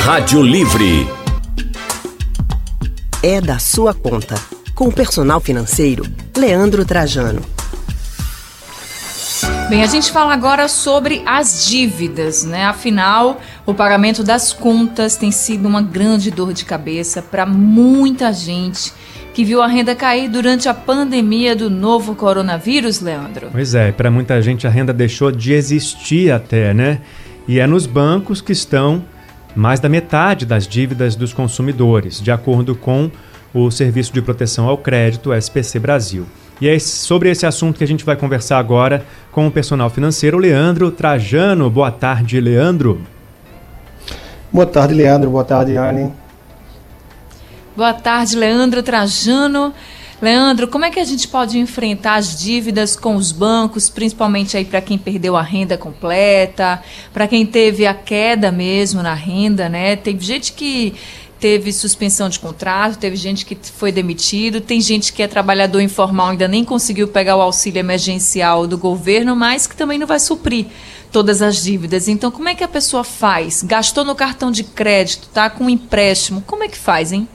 Rádio Livre. É da sua conta. Com o personal financeiro, Leandro Trajano. Bem, a gente fala agora sobre as dívidas, né? Afinal, o pagamento das contas tem sido uma grande dor de cabeça para muita gente que viu a renda cair durante a pandemia do novo coronavírus, Leandro. Pois é, para muita gente a renda deixou de existir até, né? E é nos bancos que estão mais da metade das dívidas dos consumidores, de acordo com o Serviço de Proteção ao Crédito, SPC Brasil. E é sobre esse assunto que a gente vai conversar agora com o personal financeiro Leandro Trajano. Boa tarde, Leandro. Boa tarde, Leandro. Boa tarde, Anne. Boa tarde, Leandro Trajano. Leandro, como é que a gente pode enfrentar as dívidas com os bancos, principalmente aí para quem perdeu a renda completa, para quem teve a queda mesmo na renda, né? Tem gente que teve suspensão de contrato, teve gente que foi demitido, tem gente que é trabalhador informal, ainda nem conseguiu pegar o auxílio emergencial do governo, mas que também não vai suprir todas as dívidas. Então, como é que a pessoa faz? Gastou no cartão de crédito, tá com um empréstimo, como é que faz, hein?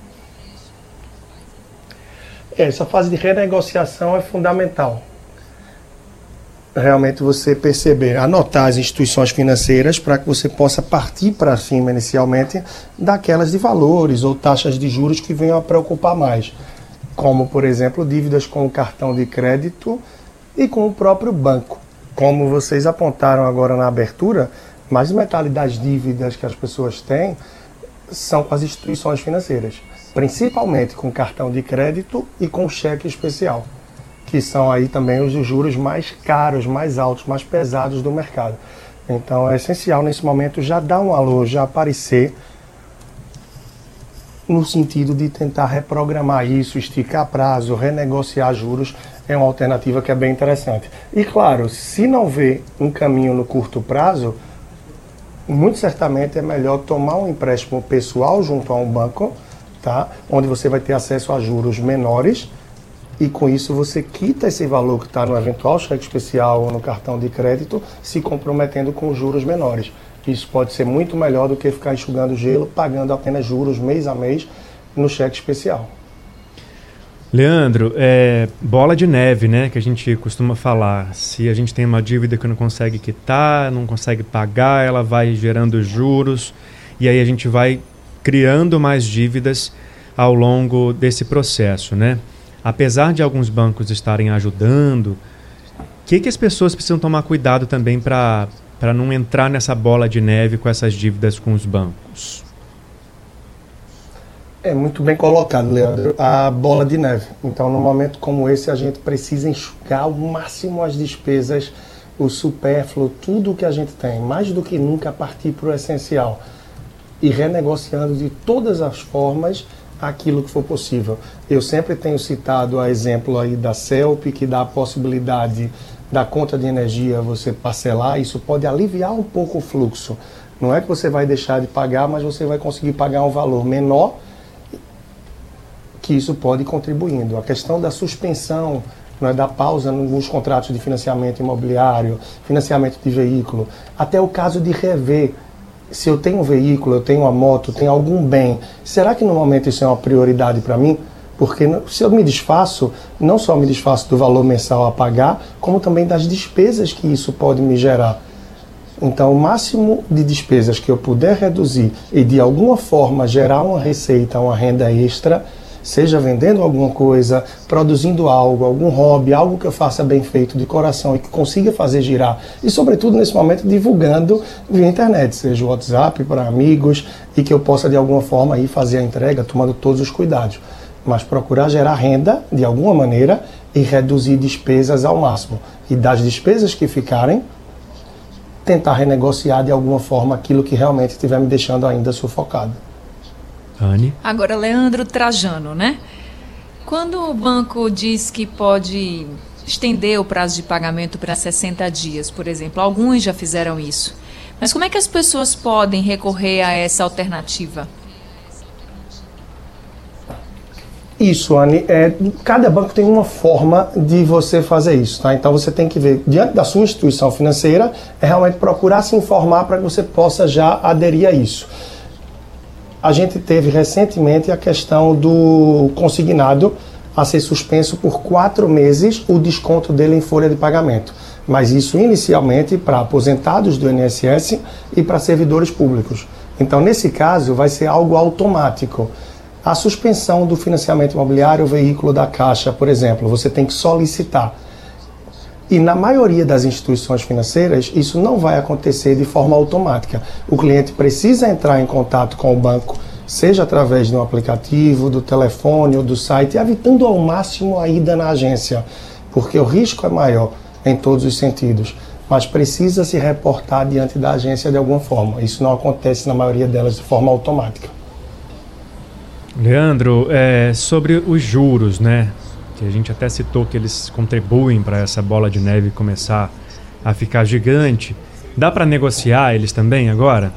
Essa fase de renegociação é fundamental. Realmente você perceber, anotar as instituições financeiras para que você possa partir para cima inicialmente daquelas de valores ou taxas de juros que venham a preocupar mais, como por exemplo dívidas com o cartão de crédito e com o próprio banco. Como vocês apontaram agora na abertura, mais de metade das dívidas que as pessoas têm são com as instituições financeiras, principalmente com cartão de crédito e com cheque especial, que são aí também os juros mais caros, mais altos, mais pesados do mercado. Então é essencial nesse momento já dar um alô, já aparecer no sentido de tentar reprogramar isso, esticar prazo, renegociar juros, é uma alternativa que é bem interessante. E claro, se não vê um caminho no curto prazo, muito certamente é melhor tomar um empréstimo pessoal junto a um banco, tá? Onde você vai ter acesso a juros menores, e com isso você quita esse valor que está no eventual cheque especial ou no cartão de crédito, se comprometendo com juros menores. Isso pode ser muito melhor do que ficar enxugando gelo, pagando apenas juros mês a mês no cheque especial. Leandro, bola de neve, né, que a gente costuma falar. Se a gente tem uma dívida que não consegue quitar, não consegue pagar, ela vai gerando juros e aí a gente vai criando mais dívidas ao longo desse processo, né? Apesar de alguns bancos estarem ajudando, o que as pessoas precisam tomar cuidado também para não entrar nessa bola de neve com essas dívidas com os bancos? É muito bem colocado, Leandro, a bola de neve. Então, num momento como esse, a gente precisa enxugar ao máximo as despesas, o supérfluo, tudo o que a gente tem, mais do que nunca partir para o essencial e renegociando de todas as formas aquilo que for possível. Eu sempre tenho citado a exemplo aí da CELP, que dá a possibilidade da conta de energia você parcelar. Isso pode aliviar um pouco o fluxo. Não é que você vai deixar de pagar, mas você vai conseguir pagar um valor menor, que isso pode ir contribuindo. A questão da suspensão, não é, da pausa nos contratos de financiamento imobiliário, financiamento de veículo, até o caso de rever. Se eu tenho um veículo, eu tenho uma moto, tenho algum bem, será que no momento isso é uma prioridade para mim? Porque se eu me desfaço, não só me desfaço do valor mensal a pagar, como também das despesas que isso pode me gerar. Então, o máximo de despesas que eu puder reduzir e de alguma forma gerar uma receita, uma renda extra, seja vendendo alguma coisa, produzindo algo, algum hobby, algo que eu faça bem feito, de coração e que consiga fazer girar. E, sobretudo, nesse momento, divulgando via internet, seja o WhatsApp para amigos e que eu possa, de alguma forma, aí fazer a entrega, tomando todos os cuidados. Mas procurar gerar renda, de alguma maneira, e reduzir despesas ao máximo. E das despesas que ficarem, tentar renegociar, de alguma forma, aquilo que realmente estiver me deixando ainda sufocado. Anne? Agora, Leandro Trajano, né? Quando o banco diz que pode estender o prazo de pagamento para 60 dias, por exemplo, alguns já fizeram isso. Mas como é que as pessoas podem recorrer a essa alternativa? Isso, Anne, cada banco tem uma forma de você fazer isso, tá? Então você tem que ver, diante da sua instituição financeira, realmente procurar se informar para que você possa já aderir a isso. A gente teve recentemente a questão do consignado a ser suspenso por 4 meses o desconto dele em folha de pagamento. Mas isso inicialmente para aposentados do INSS e para servidores públicos. Então, nesse caso, vai ser algo automático. A suspensão do financiamento imobiliário, o veículo da Caixa, por exemplo, você tem que solicitar. E na maioria das instituições financeiras, isso não vai acontecer de forma automática. O cliente precisa entrar em contato com o banco, seja através de um aplicativo, do telefone ou do site, evitando ao máximo a ida na agência, porque o risco é maior em todos os sentidos, mas precisa se reportar diante da agência de alguma forma. Isso não acontece na maioria delas de forma automática. Leandro, sobre os juros, né? Que a gente até citou que eles contribuem para essa bola de neve começar a ficar gigante. Dá para negociar eles também agora?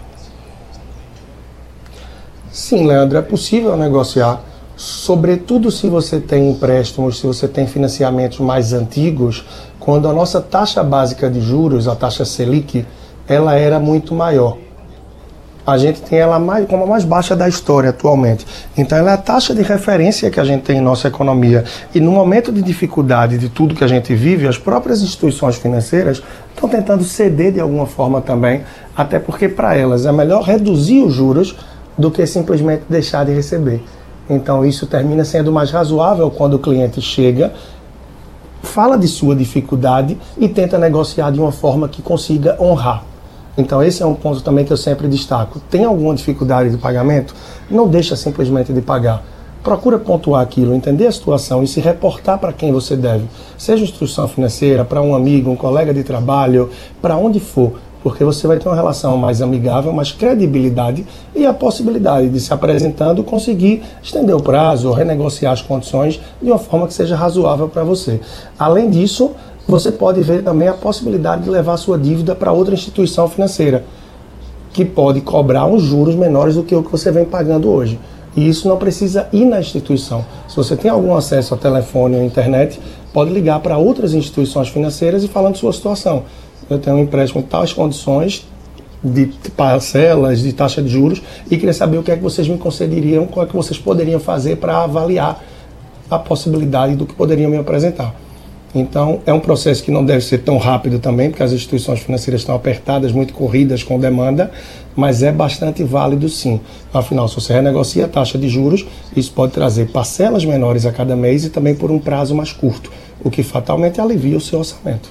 Sim, Leandro, é possível negociar, sobretudo se você tem empréstimos, se você tem financiamentos mais antigos, quando a nossa taxa básica de juros, a taxa Selic, ela era muito maior. A gente tem ela como a mais baixa da história atualmente. Então ela é a taxa de referência que a gente tem em nossa economia. E no momento de dificuldade de tudo que a gente vive, as próprias instituições financeiras estão tentando ceder de alguma forma também, até porque para elas é melhor reduzir os juros do que simplesmente deixar de receber. Então isso termina sendo mais razoável quando o cliente chega, fala de sua dificuldade e tenta negociar de uma forma que consiga honrar. Então esse é um ponto também que eu sempre destaco. Tem alguma dificuldade de pagamento? Não deixa simplesmente de pagar. Procura pontuar aquilo, entender a situação e se reportar para quem você deve. Seja instituição financeira, para um amigo, um colega de trabalho, para onde for. Porque você vai ter uma relação mais amigável, mais credibilidade e a possibilidade de se apresentando conseguir estender o prazo ou renegociar as condições de uma forma que seja razoável para você. Além disso, você pode ver também a possibilidade de levar sua dívida para outra instituição financeira, que pode cobrar uns juros menores do que o que você vem pagando hoje. E isso não precisa ir na instituição. Se você tem algum acesso ao telefone ou internet, pode ligar para outras instituições financeiras e falando de sua situação. Eu tenho um empréstimo em tais condições, de parcelas, de taxa de juros, e queria saber o que é que vocês me concederiam, qual é que vocês poderiam fazer para avaliar a possibilidade do que poderiam me apresentar. Então, é um processo que não deve ser tão rápido também, porque as instituições financeiras estão apertadas, muito corridas com demanda, mas é bastante válido sim. Afinal, se você renegocia a taxa de juros, isso pode trazer parcelas menores a cada mês e também por um prazo mais curto, o que fatalmente alivia o seu orçamento.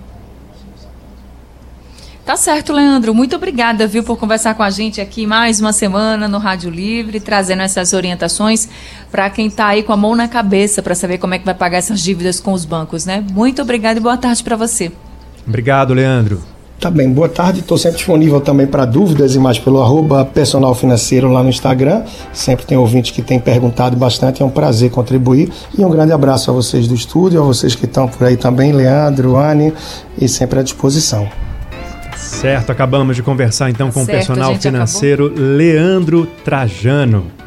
Tá certo, Leandro. Muito obrigada, viu, por conversar com a gente aqui mais uma semana no Rádio Livre, trazendo essas orientações para quem está aí com a mão na cabeça para saber como é que vai pagar essas dívidas com os bancos, né? Muito obrigada e boa tarde para você. Obrigado, Leandro. Tá bem, boa tarde. Estou sempre disponível também para dúvidas e mais pelo @personal financeiro lá no Instagram. Sempre tem ouvintes que têm perguntado bastante, é um prazer contribuir. E um grande abraço a vocês do estúdio, a vocês que estão por aí também, Leandro, Anne, e sempre à disposição. Certo, acabamos de conversar então com o personal financeiro Leandro Trajano.